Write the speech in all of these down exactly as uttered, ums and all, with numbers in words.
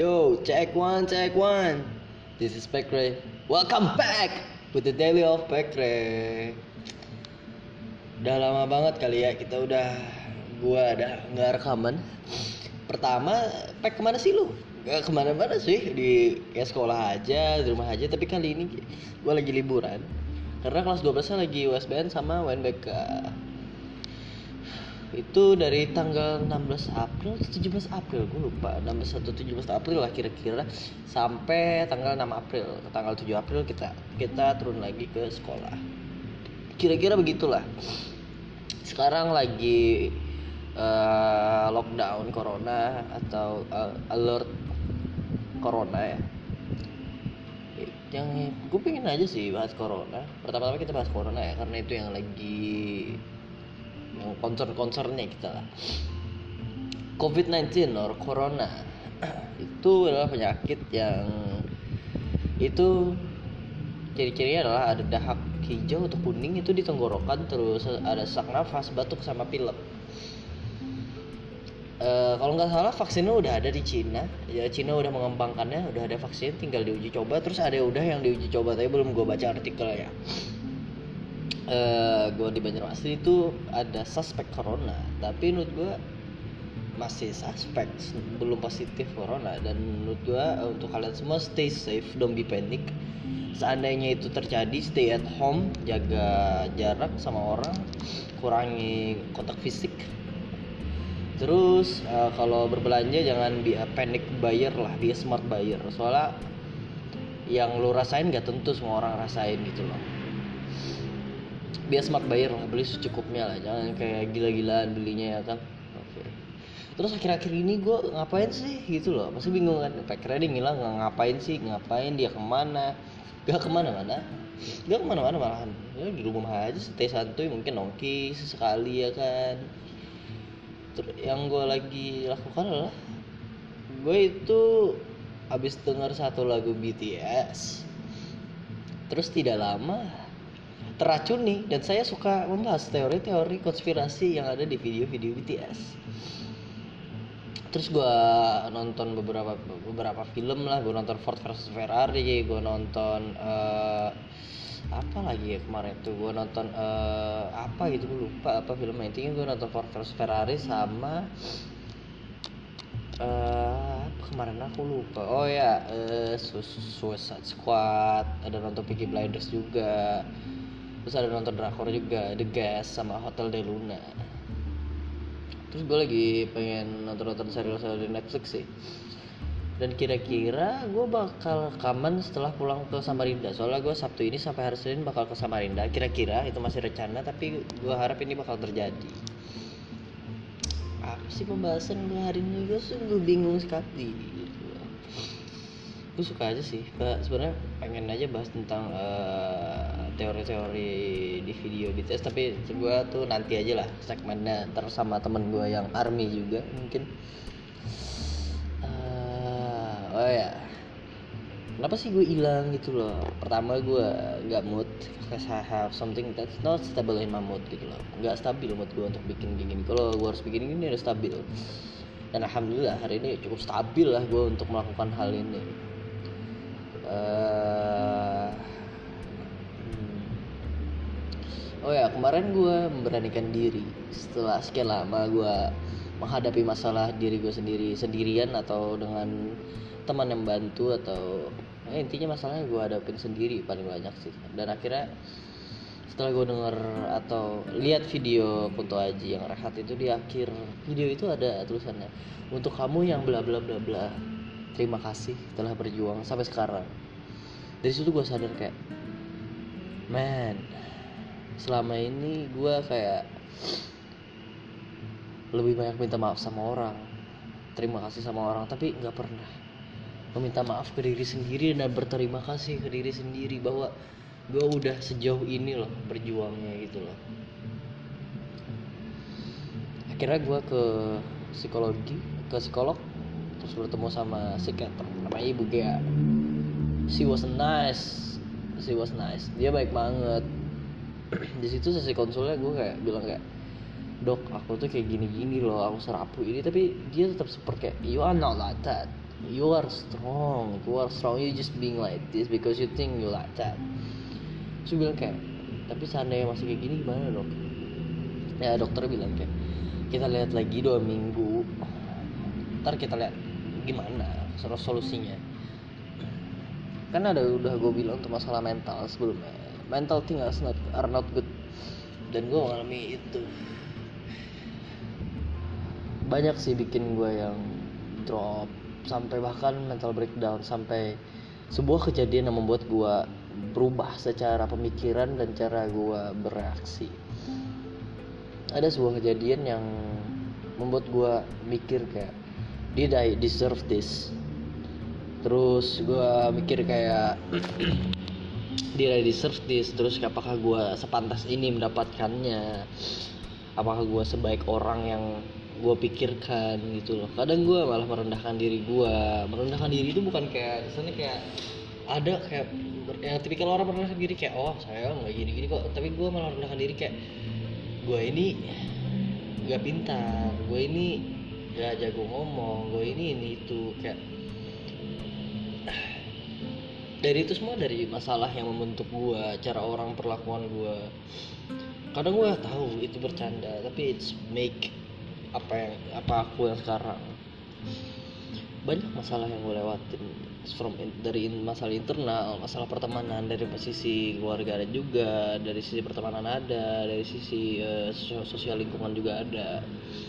Yo, check one, check one. This is Pekre. Welcome back with the Daily of Pekre. Udah lama banget kali ya kita udah gua ada nggak rekaman. Pertama, Pek kemana sih lu? Gak kemana-mana sih, di ya sekolah aja, di rumah aja. Tapi kali ini gua lagi liburan karena kelas dua belas lagi U S B N sama U N B K. Itu dari tanggal enam belas April atau tujuh belas April, gue lupa, enam belas atau tujuh belas April lah kira-kira, sampai tanggal enam April. Tanggal tujuh April kita kita turun lagi ke sekolah, kira-kira begitulah. Sekarang lagi uh, lockdown corona atau uh, alert corona ya. Yang gue pengen aja sih bahas corona. Pertama-tama kita bahas corona ya, karena itu yang lagi yang concern-concernnya kita lah. covid sembilan belas or corona itu adalah penyakit yang itu ciri-cirinya adalah ada dahak hijau atau kuning itu di tenggorokan, terus ada sesak nafas, batuk sama pilek. Uh, kalau nggak salah vaksinnya udah ada di Cina ya, Cina udah mengembangkannya, udah ada vaksin, tinggal diuji coba. Terus ada udah yang diuji coba tapi belum gue baca artikelnya. Uh, gue di Banjarmasin itu ada suspek corona, tapi menurut gue masih suspek, belum positif corona. Dan menurut gue uh, untuk kalian semua stay safe, don't be panic. Seandainya itu terjadi, stay at home, jaga jarak sama orang, kurangi kontak fisik. Terus uh, kalau berbelanja jangan be a panic buyer lah, be a smart buyer. Soalnya yang lu rasain gak tentu semua orang rasain gitu loh. Biar smart buyer lah, beli secukupnya lah, jangan kayak gila-gilaan belinya ya kan. Oke. Terus akhir-akhir ini gue ngapain sih gitu loh, pasti bingung kan. Pekre dia ngilang, nggak ngapain sih, ngapain dia kemana? Gak kemana-mana, gak kemana-mana malahan. Ya di rumah aja, stay santuy, mungkin nongki sesekali ya kan. Terus yang gue lagi lakukan adalah gue itu habis dengar satu lagu B T S, terus tidak lama teracuni, dan saya suka membahas teori-teori konspirasi yang ada di video-video B T S. Terus gue nonton beberapa beberapa film lah, gue nonton Ford versus Ferrari, gue nonton uh, apa lagi ya kemarin tuh, gue nonton uh, apa gitu, gue lupa apa filmnya. Intinya gue nonton Ford versus Ferrari sama uh, apa kemarin aku lupa. Oh ya, uh, Suicide Squad, ada nonton Peaky Blinders juga. Terus ada nonton drakor juga, The Guest sama Hotel de Luna. Terus gue lagi pengen nonton-nonton serial-serial di Netflix sih. Dan kira-kira gue bakal rekaman setelah pulang ke Samarinda. Soalnya gue Sabtu ini sampai hari Senin bakal ke Samarinda. Kira-kira itu masih rencana, tapi gue harap ini bakal terjadi. Apa sih pembahasan gue hari ini? Gue sungguh bingung sekali. Gue suka aja sih, sebenarnya pengen aja bahas tentang uh, teori-teori di video B T S, tapi gue tuh nanti aja lah segmennya, ntar sama temen gue yang army juga mungkin. Uh, oh ya, kenapa sih gue hilang gitu loh? Pertama gue nggak mood, cause I have something that's not stable in my mood gitu loh. Nggak stabil mood gue untuk bikin gini. Kalau gue harus bikin ini udah stabil. Dan alhamdulillah hari ini cukup stabil lah gue untuk melakukan hal ini. Uh, hmm. Oh ya, kemarin gue memberanikan diri setelah sekian lama gue menghadapi masalah diri gue sendiri, sendirian atau dengan teman yang bantu, atau eh, intinya masalahnya gue hadapin sendiri paling banyak sih. Dan akhirnya setelah gue denger atau lihat video Kunto Aji yang rehat itu, di akhir video itu ada tulisannya, untuk kamu yang bla bla bla bla, terima kasih telah berjuang sampai sekarang. Dari situ gue sadar kayak, man, selama ini gue kayak lebih banyak minta maaf sama orang, terima kasih sama orang, tapi nggak pernah meminta maaf ke diri sendiri dan berterima kasih ke diri sendiri bahwa gue udah sejauh ini loh berjuangnya gitu loh. Akhirnya gue ke psikologi, ke psikolog, terus bertemu sama psikiater namanya Ibu Gea. She was nice, she was nice, dia baik banget. Di situ sesi konsulnya gue kayak bilang kayak, dok aku tuh kayak gini-gini loh, aku serapu ini, tapi dia tetap seperti kayak, you are not like that, you are strong, you are strong, you just being like this because you think you like that. Terus bilang kayak, tapi seandainya masih kayak gini gimana dok? Ya dokter bilang kayak, kita lihat lagi dua minggu, ntar kita lihat gimana solusinya. Kan ada udah gue bilang untuk masalah mental sebelumnya, mental things not are not good, dan gue mengalami itu. Banyak sih bikin gue yang drop, sampai bahkan mental breakdown, sampai sebuah kejadian yang membuat gue berubah secara pemikiran dan cara gue bereaksi. Ada sebuah kejadian yang membuat gue mikir kayak, did I deserve this? Terus gue mikir kayak did I deserve this? Terus apakah gue sepantas ini mendapatkannya? Apakah gue sebaik orang yang gue pikirkan gitu loh. Kadang gue malah merendahkan diri gue. Merendahkan diri itu bukan kayak kesannya kayak ada kayak yang tipikal orang merendahkan diri kayak, oh saya nggak gini-gini kok. Tapi gue malah merendahkan diri kayak, gue ini nggak pintar, gue ini nggak jago ngomong, gue ini ini itu kayak. Dari itu semua dari masalah yang membentuk gue, cara orang perlakuan gue. Kadang gue tahu itu bercanda, tapi it's make apa yang apa aku yang sekarang. Banyak masalah yang gue lewatin from dari masalah internal, masalah pertemanan, dari sisi keluarga ada juga, dari sisi pertemanan ada, dari sisi uh, sosial lingkungan juga ada.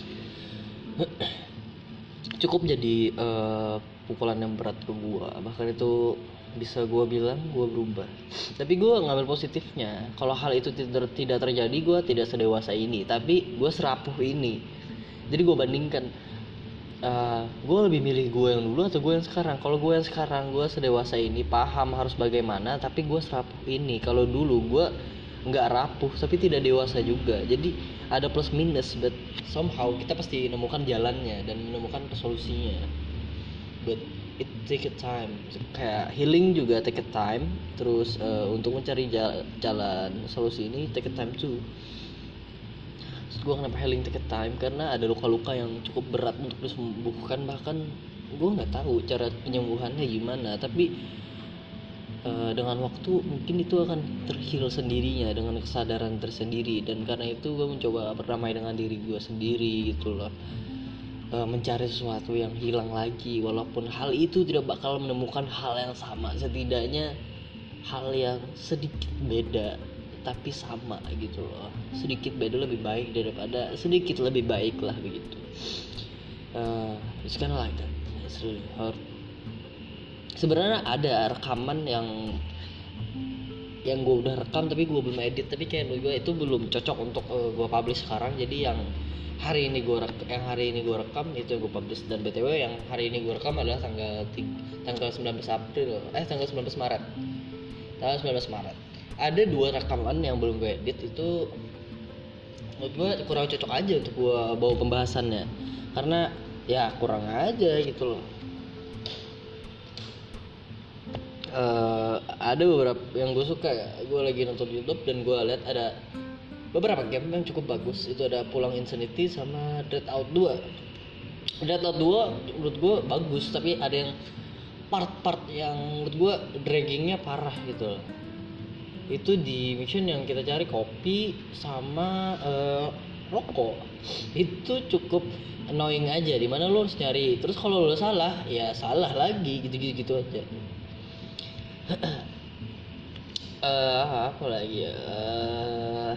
Cukup jadi uh, pukulan yang berat ke gue. Bahkan itu bisa gue bilang gue berubah, tapi gue ngambil positifnya. Kalau hal itu tidak tidak terjadi, gue tidak sedewasa ini, tapi gue serapuh ini. Jadi gue bandingkan, uh, gue lebih milih gue yang dulu atau gue yang sekarang. Kalau gue yang sekarang, gue sedewasa ini, paham harus bagaimana, tapi gue serapuh ini. Kalau dulu gue nggak rapuh tapi tidak dewasa juga. Jadi ada plus minus, but somehow kita pasti menemukan jalannya dan menemukan solusinya. But it take a time, kayak healing juga take a time. Terus uh, untuk mencari jalan, jalan solusi ini take a time too. Terus gue kenapa healing take a time, karena ada luka-luka yang cukup berat untuk disembuhkan. Bahkan gue nggak tahu cara penyembuhannya gimana, tapi uh, dengan waktu mungkin itu akan terheal sendirinya dengan kesadaran tersendiri. Dan karena itu gue mencoba berdamai dengan diri gue sendiri gitu loh. Mencari sesuatu yang hilang lagi, walaupun hal itu tidak bakal menemukan hal yang sama, setidaknya hal yang sedikit beda tapi sama gitu loh. Sedikit beda lebih baik daripada sedikit lebih baik lah begitu. uh, it's kinda like that, it's really hard. Sebenarnya ada rekaman yang yang gue udah rekam tapi gue belum edit, tapi kayak menurut gue itu belum cocok untuk uh, gue publish sekarang. Jadi yang hari ini gue rek- yang hari ini gue rekam itu yang gue publish. Dan btw yang hari ini gue rekam adalah tanggal tiga, tanggal sembilan belas April eh tanggal sembilan belas Maret tanggal sembilan belas Maret. Ada dua rekaman yang belum gue edit, itu menurut gue kurang cocok aja untuk gue bawa pembahasannya, karena ya kurang aja gitu loh. Uh, ada beberapa yang gue suka ya. Gue lagi nonton YouTube dan gue lihat ada beberapa game yang cukup bagus. Itu ada Pulang Insanity sama Dreadout dua. Dreadout dua menurut gue bagus, tapi ada yang part-part yang menurut gue draggingnya parah gitu. Itu di mission yang kita cari kopi sama uh, rokok. Itu cukup annoying aja, dimana lo harus nyari. Terus kalau lo salah, ya salah lagi, gitu-gitu aja. uh, apa lagi ya? Uh,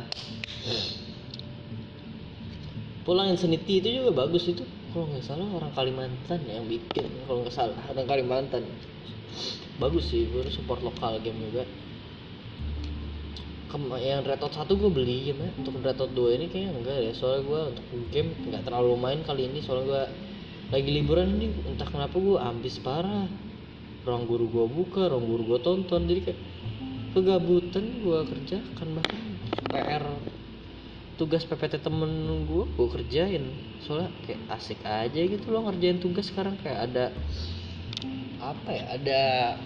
Pulang Insanity itu juga bagus. Itu kalau nggak salah orang Kalimantan yang bikin, kalau nggak salah orang Kalimantan. Bagus sih, gue support lokal game juga. Kem- yang Dreadout satu gue beli game ya. Untuk Dreadout dua ini kayaknya enggak ya, soalnya gue untuk game nggak terlalu main kali ini. Soalnya gue lagi liburan nih, entah kenapa gue ambis parah. Ruang guru gue buka, ruang guru gue tonton, jadi kayak kegabutan gue kerjakan. Bahkan P R tugas P P T temen gue gue kerjain, soalnya kayak asik aja gitu loh ngerjain tugas sekarang. Kayak ada apa ya, ada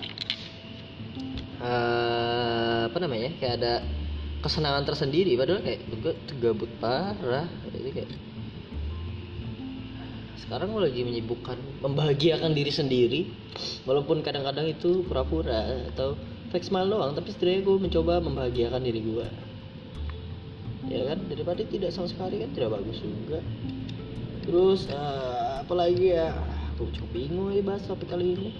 uh, apa namanya, kayak ada kesenangan tersendiri, padahal kayak gue gabut parah. Jadi kayak sekarang gue lagi menyibukkan membahagiakan diri sendiri, walaupun kadang-kadang itu pura-pura atau fake smile doang, tapi setidaknya gue mencoba membahagiakan diri gue, ya kan, daripada tidak sama sekali kan tidak bagus juga. Terus uh, apalagi ya, aku cukup bingung ya bahas topik kali ini.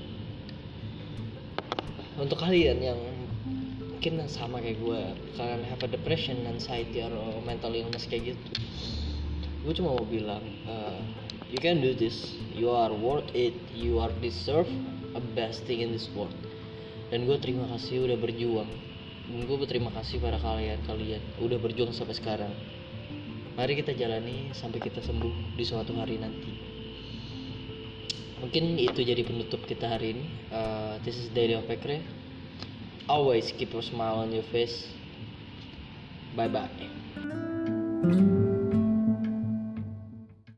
Untuk kalian yang mungkin sama kayak gue, kalian have a depression, anxiety, atau mental illness kayak gitu, gue cuma mau bilang, uh, you can do this, you are worth it, you are deserve a best thing in this world. Dan gue terima kasih udah berjuang, dan gue berterima kasih pada kalian kalian udah berjuang sampai sekarang. Mari kita jalani sampai kita sembuh di suatu hari nanti. Mungkin itu jadi penutup kita hari ini. uh, This is Daily of Pekre. Always keep a smile on your face. Bye bye.